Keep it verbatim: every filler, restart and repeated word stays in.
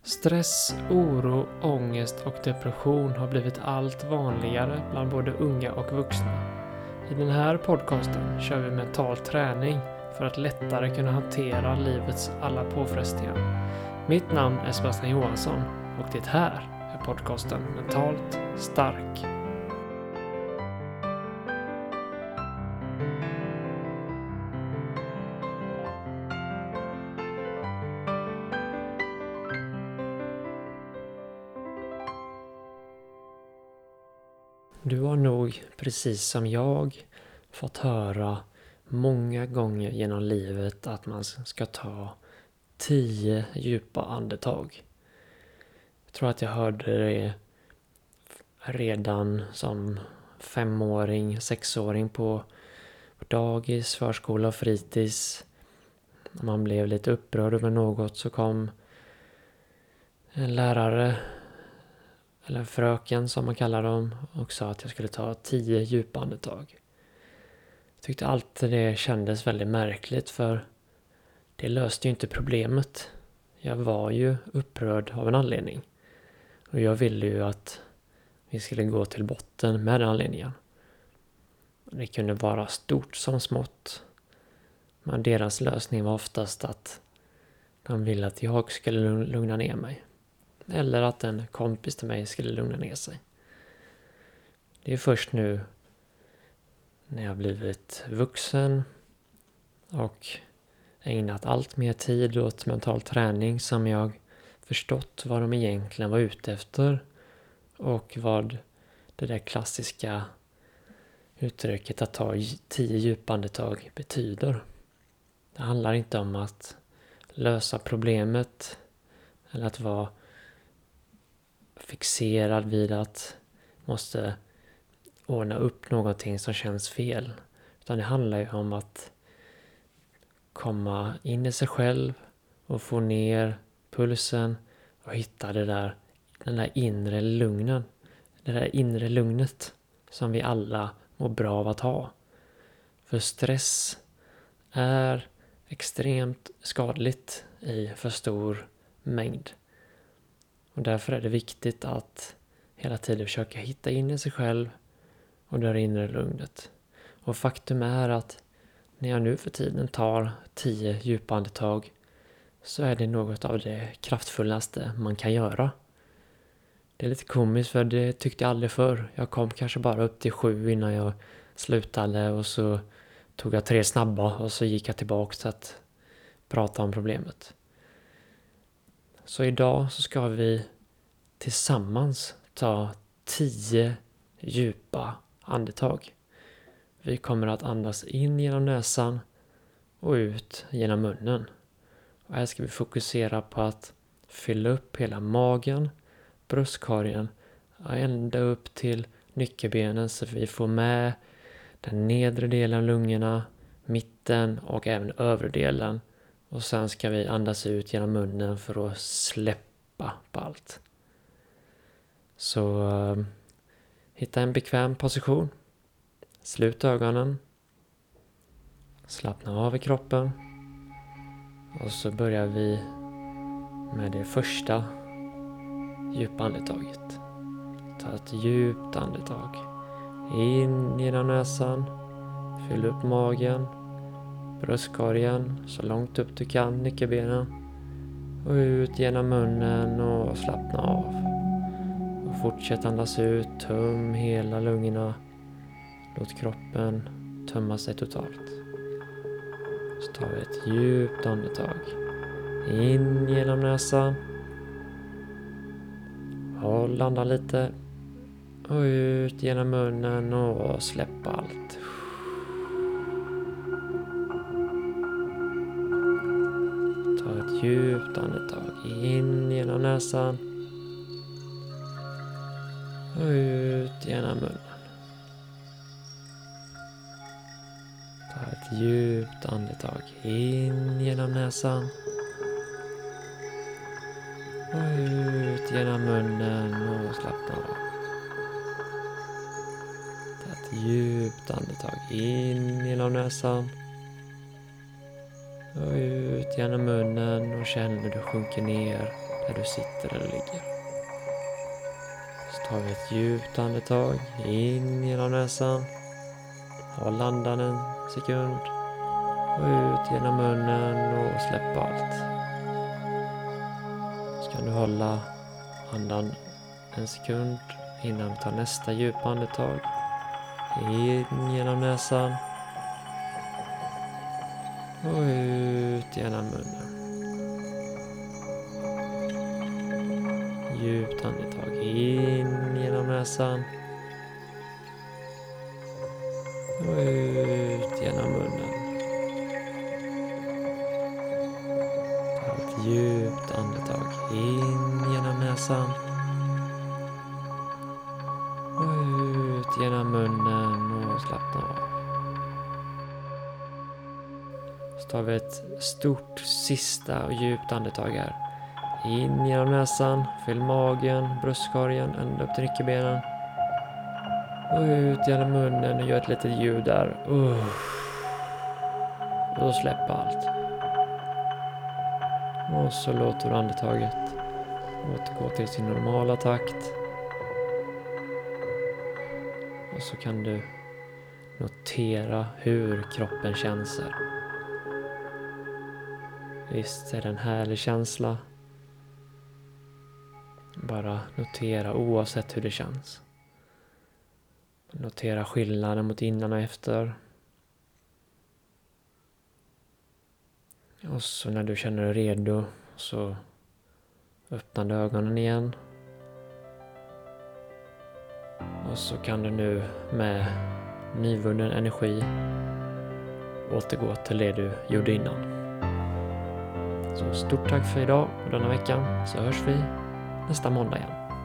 Stress, oro, ångest och depression har blivit allt vanligare bland både unga och vuxna. I den här podcasten kör vi mental träning för att lättare kunna hantera livets alla påfrestningar. Mitt namn är Sebastian Johansson och det här är podcasten Mentalt stark. Du har nog, precis som jag, fått höra många gånger genom livet att man ska ta tio djupa andetag. Jag tror att jag hörde det redan som femåring, sexåring på dagis, förskola och fritids. När man blev lite upprörd över något så kom en lärare, eller fröken som man kallar dem, och sa att jag skulle ta tio djupa andetag. Jag tyckte alltid det kändes väldigt märkligt, för det löste ju inte problemet. Jag var ju upprörd av en anledning. Och jag ville ju att vi skulle gå till botten med den anledningen. Det kunde vara stort som smått. Men deras lösning var oftast att de ville att jag skulle lugna ner mig. Eller att en kompis till mig skulle lugna ner sig. Det är först nu när jag blivit vuxen och ägnat allt mer tid åt mental träning som jag förstått vad de egentligen var ute efter och vad det där klassiska uttrycket att ta tio djupa andetag betyder. Det handlar inte om att lösa problemet eller att vara fixerad vid att måste ordna upp någonting som känns fel. Utan det handlar ju om att komma in i sig själv och få ner pulsen och hitta det där, den där inre lugnen. Det där inre lugnet som vi alla mår bra av att ha. För stress är extremt skadligt i för stor mängd. Och därför är det viktigt att hela tiden försöka hitta in i sig själv och det inre lugnet. Och faktum är att när jag nu för tiden tar tio djupa andetag så är det något av det kraftfullaste man kan göra. Det är lite komiskt, för det tyckte jag aldrig förr. Jag kom kanske bara upp till sju innan jag slutade, och så tog jag tre snabba och så gick jag tillbaka till att prata om problemet. Så idag så ska vi tillsammans ta tio djupa andetag. Vi kommer att andas in genom näsan och ut genom munnen. Och här ska vi fokusera på att fylla upp hela magen, bröstkorgen och ända upp till nyckelbenen, så vi får med den nedre delen av lungorna, mitten och även övre delen. Och sen ska vi andas ut genom munnen för att släppa på allt. Så uh, hitta en bekväm position. Slut ögonen. Slappna av i kroppen. Och så börjar vi med det första djupa andetaget. Ta ett djupt andetag. In genom näsan. Fyll upp magen. Bröstkorgen så långt upp du kan, nyckelbenen. Och ut genom munnen och slappna av. Och fortsätt andas ut, töm hela lungorna. Låt kroppen tömma sig totalt. Så tar vi ett djupt andetag. In genom näsan. Håll andan lite. Och ut genom munnen och släpp allt. Ta ett djupt andetag. In genom näsan. Och ut genom munnen. Ta ett djupt andetag. In genom näsan. Och ut genom munnen och slappna av. Ta ett djupt andetag. In genom näsan. Och ut genom munnen och känn hur du sjunker ner där du sitter eller ligger. Så tar vi ett djupt andetag in genom näsan. Håll andan en sekund. Och ut genom munnen och släpp allt. Så kan du hålla andan en sekund innan vi tar nästa djupa andetag. In genom näsan. Och ut genom munnen. Djupt andetag in genom näsan. Och ut genom munnen. Ta ett djupt andetag in genom näsan. Och ut genom munnen och slappna av. Så tar vi ett stort sista och djupt andetag här. In genom näsan, fyll magen, bröstkorgen, ända upp till nyckelbenen. Och ut genom munnen och gör ett litet ljud där. Uh. Och då släpper allt. Och så låter du andetaget återgå till sin normala takt. Och så kan du notera hur kroppen känns. Visst är det en härlig känsla. Bara notera oavsett hur det känns. Notera skillnaden mot innan och efter. Och så när du känner dig redo så öppnar du ögonen igen. Och så kan du nu med nyvunnen energi återgå till det du gjorde innan. Så stort tack för idag och denna veckan, så hörs vi nästa måndag igen.